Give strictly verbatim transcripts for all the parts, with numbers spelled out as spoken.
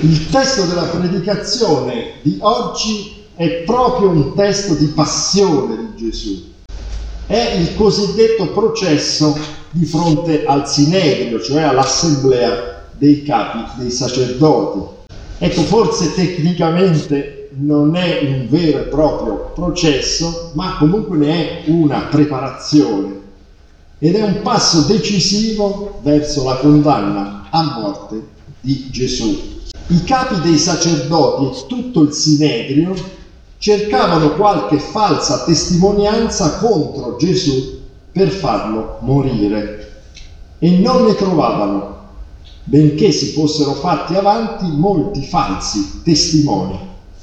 Il testo della predicazione di oggi è proprio un testo di passione di Gesù. È il cosiddetto processo di fronte al Sinedrio, cioè all'assemblea dei capi dei sacerdoti. Ecco, forse tecnicamente non è un vero e proprio processo, ma comunque ne è una preparazione ed è un passo decisivo verso la condanna a morte di Gesù. I capi dei sacerdoti e tutto il Sinedrio cercavano qualche falsa testimonianza contro Gesù per farlo morire e non ne trovavano, benché si fossero fatti avanti molti falsi testimoni.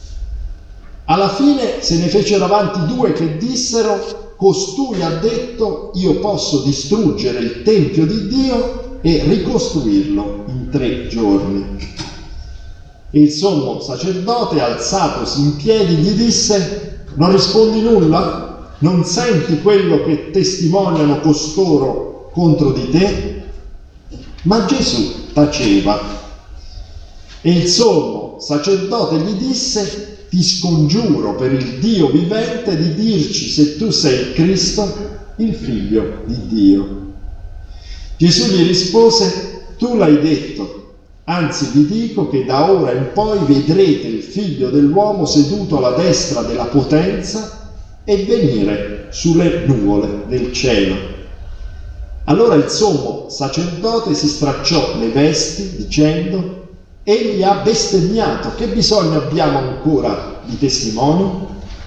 Alla fine se ne fecero avanti due che dissero: costui ha detto, io posso distruggere il Tempio di Dio e ricostruirlo in tre giorni. E il sommo sacerdote, alzatosi in piedi, gli disse: non rispondi nulla? Non senti quello che testimoniano costoro contro di te? Ma Gesù taceva. E il sommo sacerdote gli disse: ti scongiuro per il Dio vivente di dirci se tu sei il Cristo, il Figlio di Dio. Gesù gli rispose: tu l'hai detto. Anzi vi dico che da ora in poi vedrete il Figlio dell'uomo seduto alla destra della potenza e venire sulle nuvole del cielo. Allora il sommo sacerdote si stracciò le vesti dicendo: egli ha bestemmiato, che bisogno abbiamo ancora di testimoni?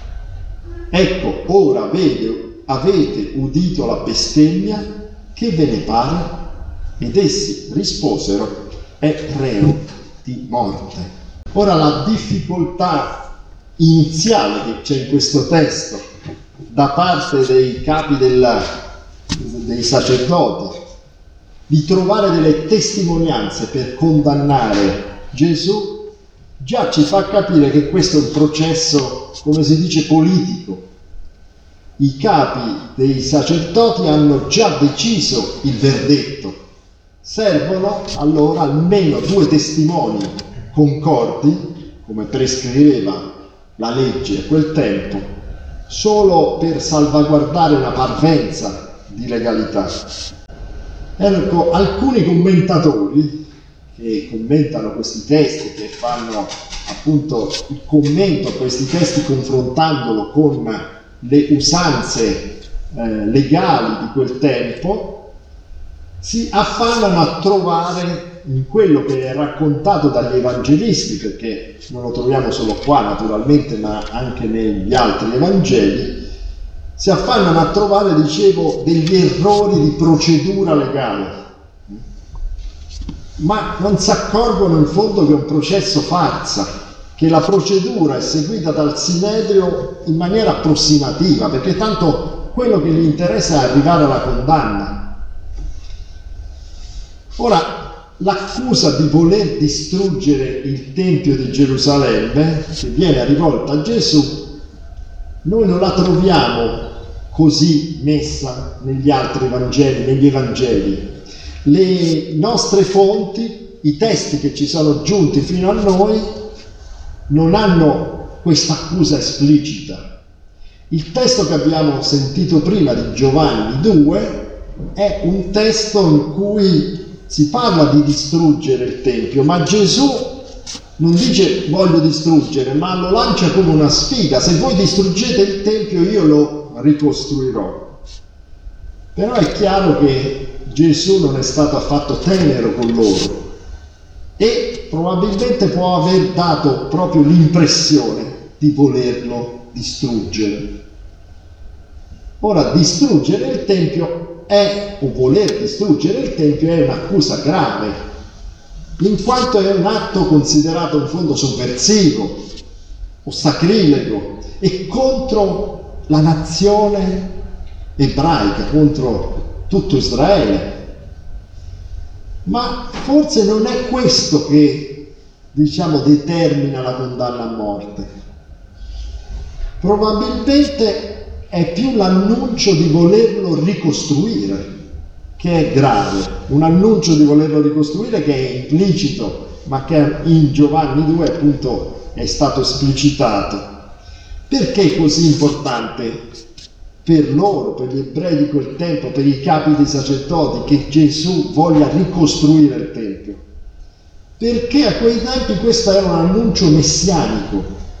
Ecco, ora avete, avete udito la bestemmia, che ve ne pare? Ed essi risposero: è reo di morte. Ora la difficoltà iniziale che c'è in questo testo da parte dei capi della, dei sacerdoti di trovare delle testimonianze per condannare Gesù già ci fa capire che questo è un processo, come si dice, politico. I capi dei sacerdoti hanno già deciso il verdetto. Servono allora almeno due testimoni concordi, come prescriveva la legge a quel tempo, solo per salvaguardare una parvenza di legalità. Ecco, alcuni commentatori che commentano questi testi, che fanno appunto il commento a questi testi confrontandolo con le usanze eh, legali di quel tempo, si affannano a trovare in quello che è raccontato dagli evangelisti, perché non lo troviamo solo qua naturalmente, ma anche negli altri evangeli, si affannano a trovare, dicevo, degli errori di procedura legale, ma non si accorgono in fondo che è un processo farsa, che la procedura è seguita dal Sinedrio in maniera approssimativa, perché tanto quello che gli interessa è arrivare alla condanna. Ora, l'accusa di voler distruggere il Tempio di Gerusalemme, che viene rivolta a Gesù, noi non la troviamo così messa negli altri Vangeli, negli Evangeli. Le nostre fonti, i testi che ci sono giunti fino a noi, non hanno questa accusa esplicita. Il testo che abbiamo sentito prima di Giovanni due è un testo in cui si parla di distruggere il Tempio, ma Gesù non dice voglio distruggere, ma lo lancia come una sfida: se voi distruggete il Tempio io lo ricostruirò. Però è chiaro che Gesù non è stato affatto tenero con loro e probabilmente può aver dato proprio l'impressione di volerlo distruggere. Ora, distruggere il Tempio è, o voler distruggere il Tempio è un'accusa grave, in quanto è un atto considerato in fondo sovversivo o sacrilego e contro la nazione ebraica, contro tutto Israele. Ma forse non è questo che, diciamo, determina la condanna a morte. Probabilmente è più l'annuncio di volerlo ricostruire che è grave, un annuncio di volerlo ricostruire che è implicito ma che in Giovanni due appunto è stato esplicitato. Perché è così importante per loro, per gli ebrei di quel tempo, per i capi dei sacerdoti, che Gesù voglia ricostruire il Tempio? Perché a quei tempi questo era un annuncio messianico.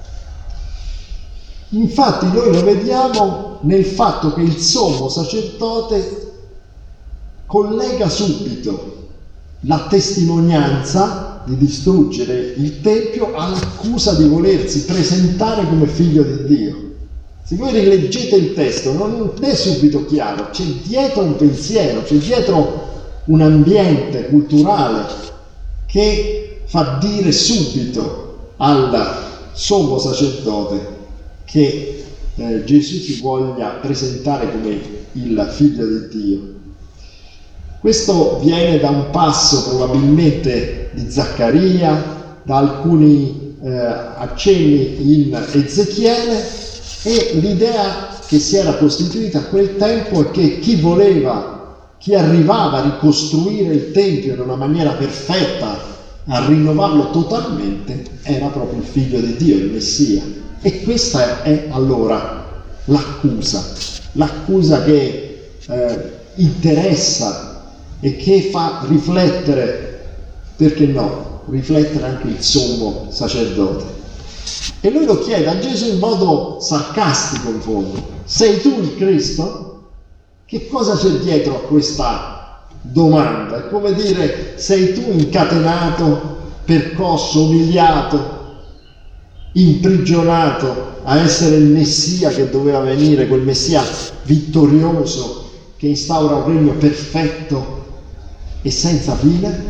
Infatti noi lo vediamo nel fatto che il sommo sacerdote collega subito la testimonianza di distruggere il Tempio all'accusa di volersi presentare come figlio di Dio. Se voi rileggete il testo non è subito chiaro, c'è dietro un pensiero, c'è dietro un ambiente culturale che fa dire subito al sommo sacerdote che eh, Gesù si voglia presentare come il figlio di Dio. Questo viene da un passo probabilmente di Zaccaria, da alcuni eh, accenni in Ezechiele, e l'idea che si era costituita a quel tempo è che chi voleva, chi arrivava a ricostruire il Tempio in una maniera perfetta, a rinnovarlo totalmente, era proprio il figlio di Dio, il Messia. E questa è allora l'accusa, l'accusa che eh, interessa e che fa riflettere, perché no, riflettere anche il sommo sacerdote. E lui lo chiede a Gesù in modo sarcastico in fondo: sei tu il Cristo? Che cosa c'è dietro a questa domanda? È come dire: sei tu incatenato, percosso, umiliato, imprigionato a essere il Messia che doveva venire, quel Messia vittorioso che instaura un regno perfetto e senza fine?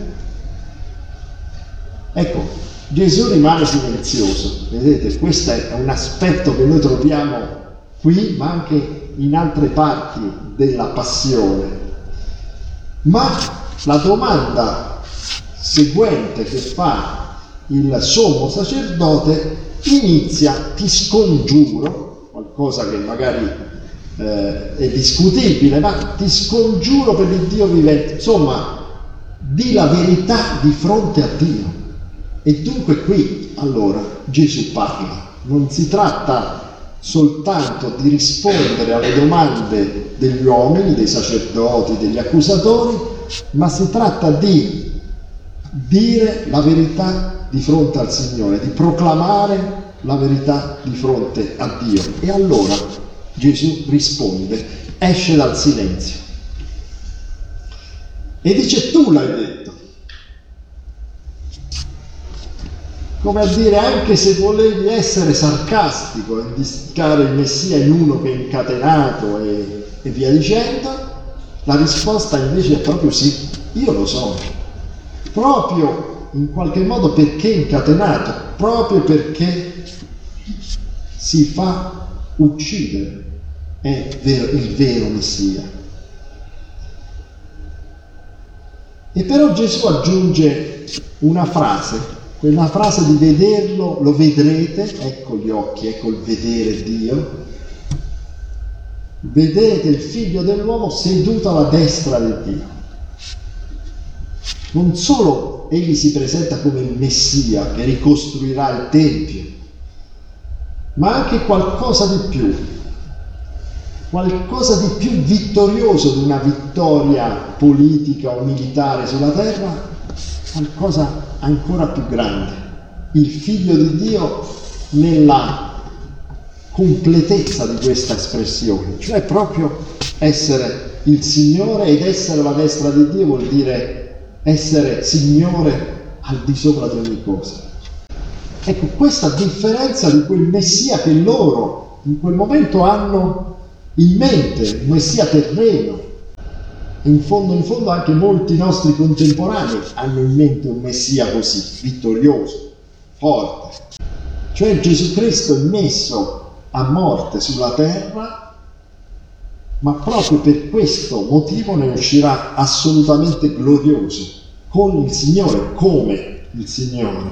Ecco, Gesù rimane silenzioso. Vedete, questo è un aspetto che noi troviamo qui, ma anche in altre parti della passione. Ma la domanda seguente che fa il sommo sacerdote inizia: ti scongiuro, qualcosa che magari eh, è discutibile, ma ti scongiuro per il Dio vivente, insomma, di la verità di fronte a Dio. E dunque qui allora Gesù parla. Non si tratta soltanto di rispondere alle domande degli uomini, dei sacerdoti, degli accusatori, ma si tratta di dire la verità di fronte al Signore, di proclamare la verità di fronte a Dio. E allora Gesù risponde, esce dal silenzio e dice: tu l'hai detto. Come a dire, anche se volevi essere sarcastico e indicare il Messia in uno che è incatenato e, e via dicendo, la risposta invece è proprio sì, io lo sono. Proprio in qualche modo perché incatenato, proprio perché si fa uccidere, è vero, il vero Messia. E però Gesù aggiunge una frase, quella frase di vederlo, lo vedrete, ecco gli occhi, ecco il vedere Dio, vedete il figlio dell'uomo seduto alla destra di Dio. Non solo egli si presenta come il Messia che ricostruirà il Tempio, ma anche qualcosa di più, qualcosa di più vittorioso di una vittoria politica o militare sulla terra, qualcosa ancora più grande, il figlio di Dio nella completezza di questa espressione, cioè proprio essere il Signore. Ed essere alla destra di Dio vuol dire essere Signore al di sopra di ogni cosa. Ecco, questa differenza di quel Messia che loro in quel momento hanno in mente, il Messia terreno. In fondo, in fondo anche molti nostri contemporanei hanno in mente un Messia così, vittorioso, forte. Cioè Gesù Cristo è messo a morte sulla terra, ma proprio per questo motivo ne uscirà assolutamente glorioso, con il Signore, come il Signore.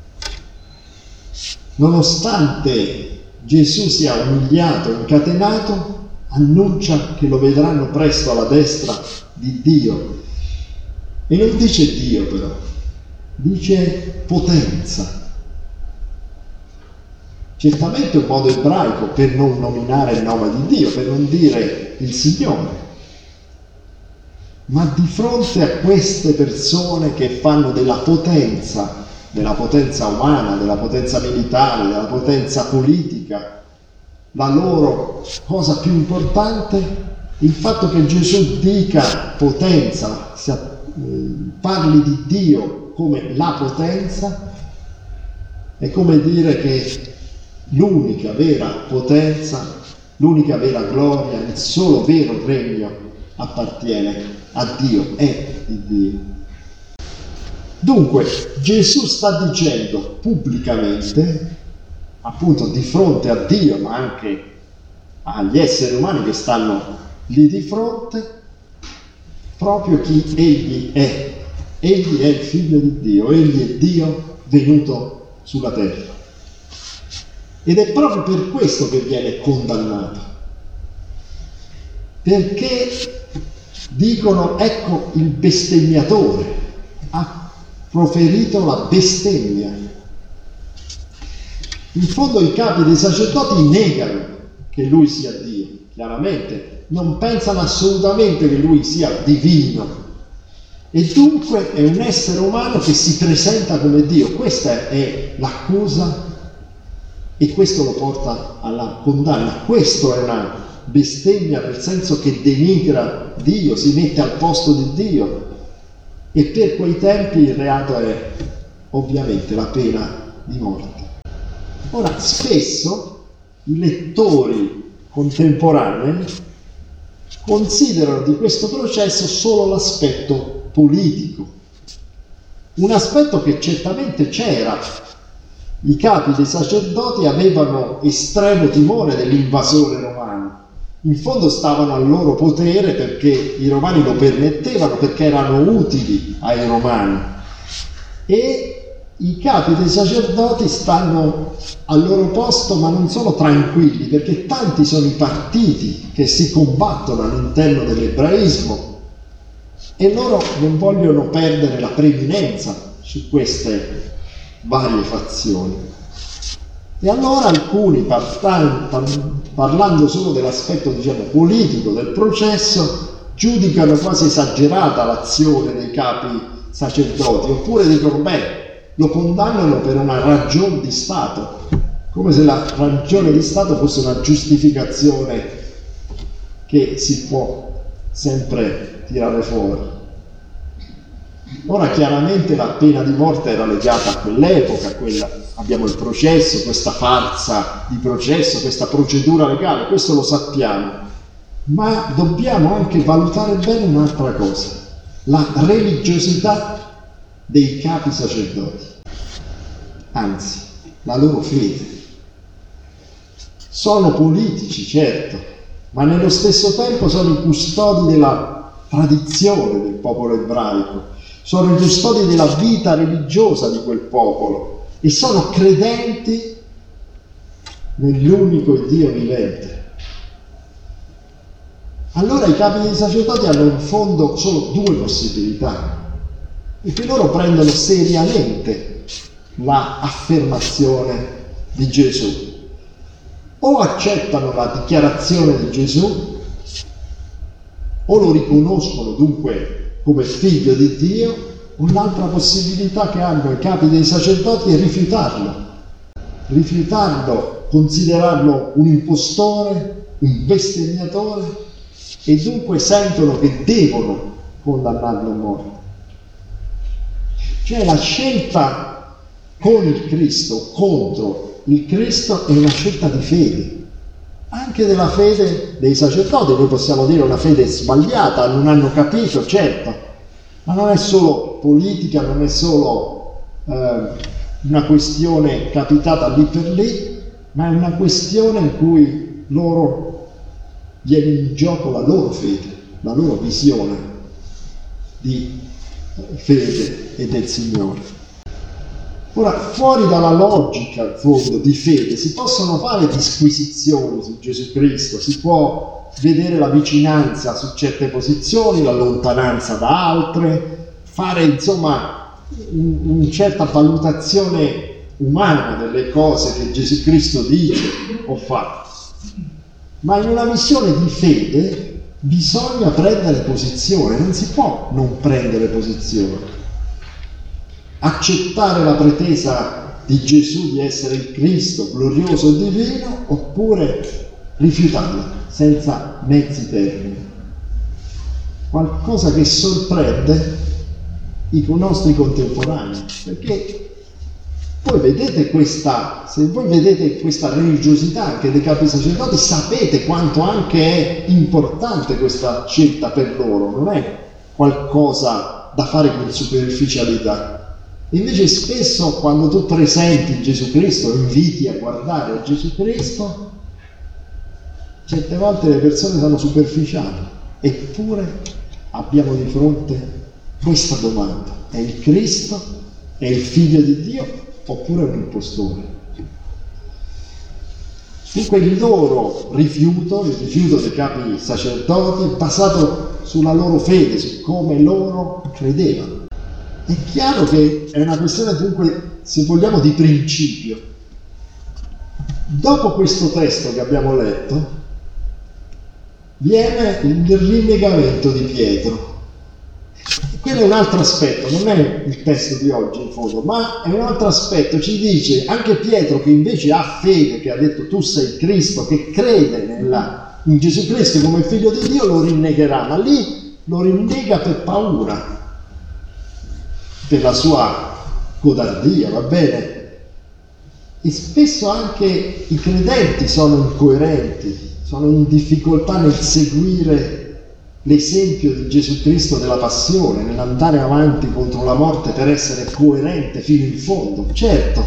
Nonostante Gesù sia umiliato, incatenato, annuncia che lo vedranno presto alla destra di Dio. E non dice Dio però, dice potenza. Certamente un modo ebraico per non nominare il nome di Dio, per non dire il Signore. Ma di fronte a queste persone che fanno della potenza, della potenza umana, della potenza militare, della potenza politica, la loro cosa più importante, il fatto che Gesù dica potenza, parli di Dio come la potenza, è come dire che l'unica vera potenza, l'unica vera gloria, il solo vero regno appartiene a Dio, è di Dio. Dunque Gesù sta dicendo pubblicamente, appunto di fronte a Dio, ma anche agli esseri umani che stanno lì di fronte, proprio chi egli è. Egli è il figlio di Dio, egli è Dio venuto sulla terra. Ed è proprio per questo che viene condannato. Perché dicono, ecco il bestemmiatore, ha proferito la bestemmia. In fondo i capi dei sacerdoti negano che lui sia Dio, chiaramente, non pensano assolutamente che lui sia divino. E dunque è un essere umano che si presenta come Dio. Questa è l'accusa e questo lo porta alla condanna. Questo è una bestemmia, nel senso che denigra Dio, si mette al posto di Dio. E per quei tempi il reato è ovviamente la pena di morte. Ora, spesso i lettori contemporanei considerano di questo processo solo l'aspetto politico, un aspetto che certamente c'era. I capi dei sacerdoti avevano estremo timore dell'invasore romano. In fondo stavano al loro potere perché i romani lo permettevano, perché erano utili ai romani. E i capi dei sacerdoti stanno al loro posto, ma non sono tranquilli, perché tanti sono i partiti che si combattono all'interno dell'ebraismo e loro non vogliono perdere la preminenza su queste varie fazioni. E allora alcuni, partan, par, parlando solo dell'aspetto, diciamo, politico del processo, giudicano quasi esagerata l'azione dei capi sacerdoti, oppure dicono, beh, lo condannano per una ragione di Stato, come se la ragione di Stato fosse una giustificazione che si può sempre tirare fuori. Ora chiaramente la pena di morte era legata a quell'epoca, a quella, abbiamo il processo, questa farsa di processo, questa procedura legale, questo lo sappiamo, ma dobbiamo anche valutare bene un'altra cosa, la religiosità dei capi sacerdoti, anzi la loro fede. Sono politici, certo, ma nello stesso tempo sono i custodi della tradizione del popolo ebraico, sono i custodi della vita religiosa di quel popolo e sono credenti nell'unico Dio vivente. Allora i capi dei sacerdoti hanno in fondo solo due possibilità, perché loro prendono seriamente la affermazione di Gesù. O accettano la dichiarazione di Gesù, o lo riconoscono dunque come figlio di Dio, o l'altra possibilità che hanno i capi dei sacerdoti è rifiutarlo. Rifiutarlo, considerarlo un impostore, un bestemmiatore, e dunque sentono che devono condannarlo a morte. Cioè la scelta con il Cristo, contro il Cristo, è una scelta di fede, anche della fede dei sacerdoti. Noi possiamo dire una fede sbagliata, non hanno capito, certo, ma non è solo politica, non è solo eh, una questione capitata lì per lì, ma è una questione in cui loro viene in gioco la loro fede, la loro visione di fede e del Signore. Ora, fuori dalla logica, in fondo, di fede, si possono fare disquisizioni su Gesù Cristo, si può vedere la vicinanza su certe posizioni, la lontananza da altre, fare, insomma, una certa valutazione umana delle cose che Gesù Cristo dice o fa, ma in una missione di fede bisogna prendere posizione, non si può non prendere posizione. Accettare la pretesa di Gesù di essere il Cristo glorioso e divino, oppure rifiutarla senza mezzi termini. Qualcosa che sorprende i nostri contemporanei, perché voi vedete questa, se voi vedete questa religiosità anche dei capi sacerdoti, sapete quanto anche è importante questa scelta per loro, non è qualcosa da fare con superficialità. Invece spesso quando tu presenti Gesù Cristo, inviti a guardare a Gesù Cristo, certe volte le persone sono superficiali, eppure abbiamo di fronte questa domanda: è il Cristo? È il Figlio di Dio? Oppure un impostore? Dunque il loro rifiuto, il rifiuto dei capi sacerdoti, è basato sulla loro fede, su come loro credevano. È chiaro che è una questione, dunque, se vogliamo, di principio. Dopo questo testo che abbiamo letto, viene il rinnegamento di Pietro. Quello è un altro aspetto, non è il testo di oggi in fondo, ma è un altro aspetto. Ci dice anche Pietro, che invece ha fede, che ha detto tu sei il Cristo, che crede nella, in Gesù Cristo come figlio di Dio, lo rinnegherà, ma lì lo rinnega per paura, per la sua codardia, va bene? E spesso anche i credenti sono incoerenti, sono in difficoltà nel seguire l'esempio di Gesù Cristo della passione, nell'andare avanti contro la morte per essere coerente fino in fondo, certo,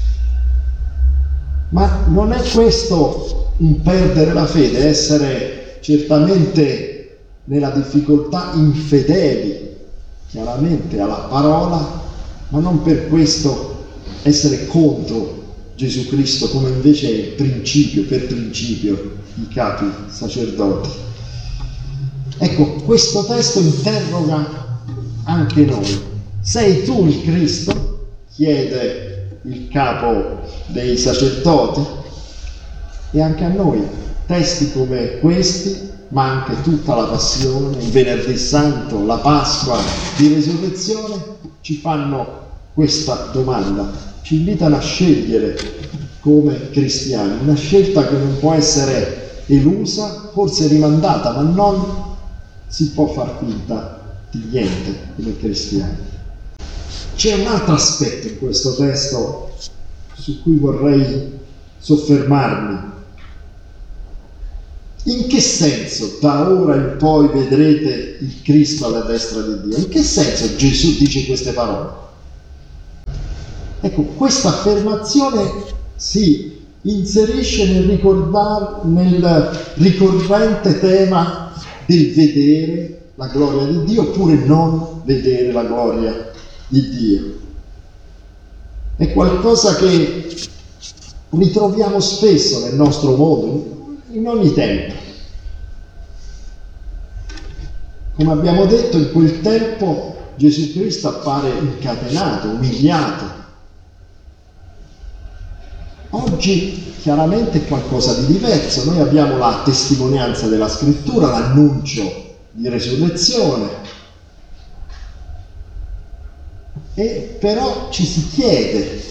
ma non è questo un perdere la fede, essere certamente nella difficoltà infedeli, chiaramente alla parola, ma non per questo essere contro Gesù Cristo, come invece è il principio, per principio, i capi sacerdoti. Ecco, questo testo interroga anche noi. Sei tu il Cristo? Chiede il capo dei sacerdoti. E anche a noi testi come questi, ma anche tutta la passione, il venerdì santo, la Pasqua di resurrezione, ci fanno questa domanda, ci invitano a scegliere come cristiani, una scelta che non può essere elusa, forse rimandata, ma non si può far finta di niente come cristiani. C'è un altro aspetto in questo testo su cui vorrei soffermarmi. In che senso da ora in poi vedrete il Cristo alla destra di Dio? In che senso Gesù dice queste parole? Ecco, questa affermazione si inserisce nel, ricordar, nel ricorrente tema del vedere la gloria di Dio oppure non vedere la gloria di Dio. È qualcosa che ritroviamo spesso nel nostro mondo, in ogni tempo. Come abbiamo detto, in quel tempo Gesù Cristo appare incatenato, umiliato. Oggi chiaramente è qualcosa di diverso. Noi abbiamo la testimonianza della Scrittura, l'annuncio di resurrezione, e però ci si chiede: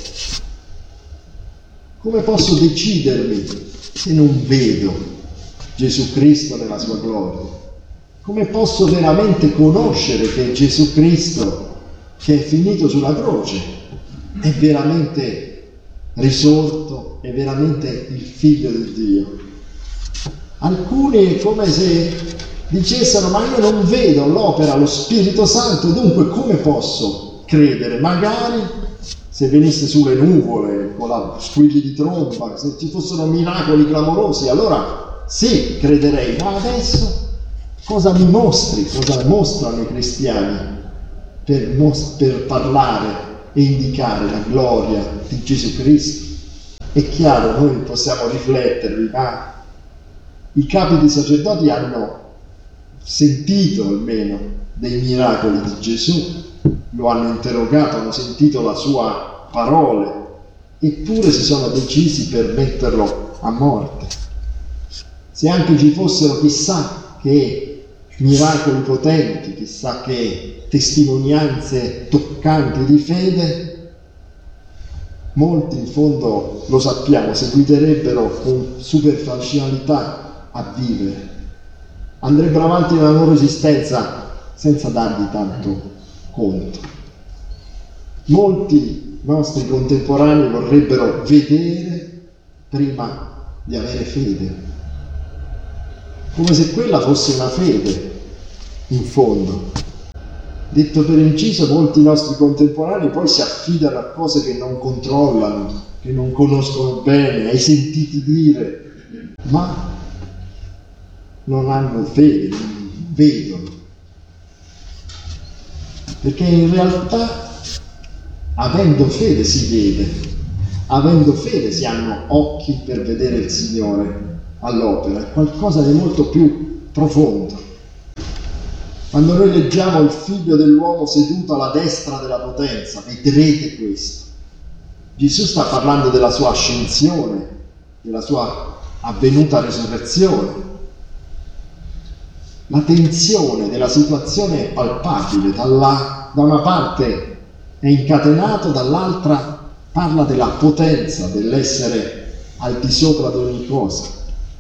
come posso decidermi se non vedo Gesù Cristo nella sua gloria? Come posso veramente conoscere che Gesù Cristo, che è finito sulla croce, è veramente risorto, è veramente il Figlio di Dio? Alcuni è come se dicessero: ma io non vedo l'opera, lo Spirito Santo, dunque come posso credere? Magari se venisse sulle nuvole con la squilli di tromba, se ci fossero miracoli clamorosi, allora sì, crederei. Ma adesso cosa mi mostri, cosa mostrano i cristiani per, mos- per parlare e indicare la gloria di Gesù Cristo? È chiaro, noi possiamo riflettervi, ma i capi dei sacerdoti hanno sentito almeno dei miracoli di Gesù, lo hanno interrogato, hanno sentito la sua parola, eppure si sono decisi per metterlo a morte. Se anche ci fossero chissà che miracoli potenti, chissà che testimonianze toccanti di fede, molti in fondo, lo sappiamo, seguiterebbero con superficialità a vivere, andrebbero avanti nella loro esistenza senza dargli tanto conto. Molti nostri contemporanei vorrebbero vedere prima di avere fede, come se quella fosse una fede, in fondo. Detto per inciso, molti nostri contemporanei poi si affidano a cose che non controllano, che non conoscono bene, ai sentiti dire, ma non hanno fede, non vedono. Perché in realtà, avendo fede si vede, avendo fede si hanno occhi per vedere il Signore all'opera, è qualcosa di molto più profondo. Quando noi leggiamo il Figlio dell'uomo seduto alla destra della potenza, vedrete questo. Gesù sta parlando della sua ascensione, della sua avvenuta resurrezione. La tensione della situazione è palpabile, dalla, da una parte è incatenato, dall'altra parla della potenza, dell'essere al di sopra di ogni cosa.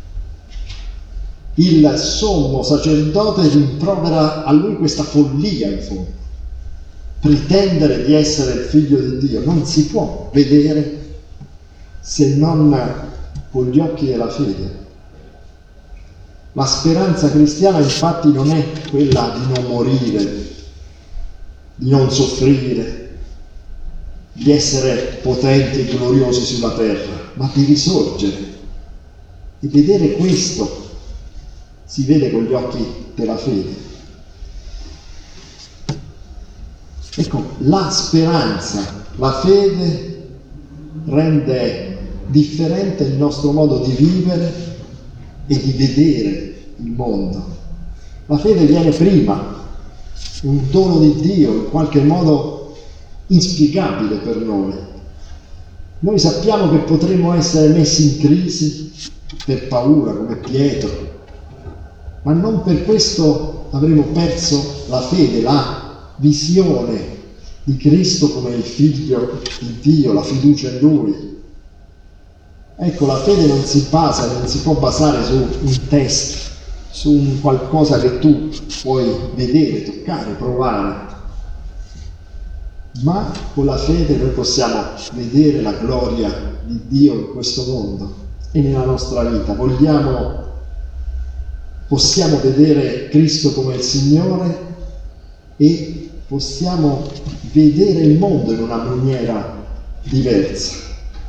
Il sommo sacerdote rimprovera a lui questa follia, in fondo. Pretendere di essere il figlio di Dio non si può vedere se non con gli occhi della fede. La speranza cristiana infatti non è quella di non morire, di non soffrire, di essere potenti e gloriosi sulla terra, ma di risorgere. E vedere questo si vede con gli occhi della fede. Ecco, la speranza, la fede rende differente il nostro modo di vivere e di vedere il mondo. La fede viene prima, un dono di Dio, in qualche modo inspiegabile per noi. Noi sappiamo che potremmo essere messi in crisi per paura, come Pietro, ma non per questo avremo perso la fede, la visione di Cristo come il Figlio di Dio, la fiducia in Lui. Ecco, la fede non si basa, non si può basare su un test, su un qualcosa che tu puoi vedere, toccare, provare. Ma con la fede noi possiamo vedere la gloria di Dio in questo mondo e nella nostra vita. Vogliamo, possiamo vedere Cristo come il Signore e possiamo vedere il mondo in una maniera diversa.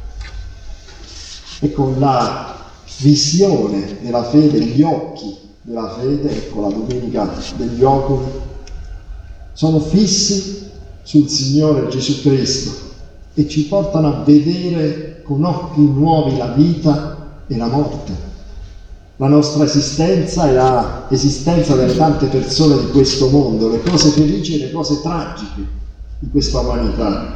Ecco, la visione della fede, gli occhi della fede, ecco la domenica degli oculi, sono fissi sul Signore Gesù Cristo e ci portano a vedere con occhi nuovi la vita e la morte, la nostra esistenza e la esistenza delle tante persone di questo mondo, le cose felici e le cose tragiche di questa umanità.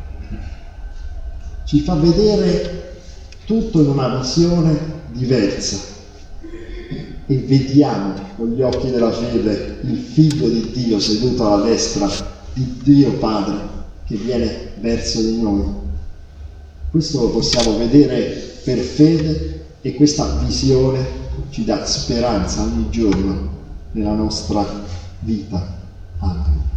Ci fa vedere tutto in una visione diversa e vediamo con gli occhi della fede il Figlio di Dio seduto alla destra di Dio Padre che viene verso di noi. Questo lo possiamo vedere per fede e questa visione ci dà speranza ogni giorno nella nostra vita. Amen.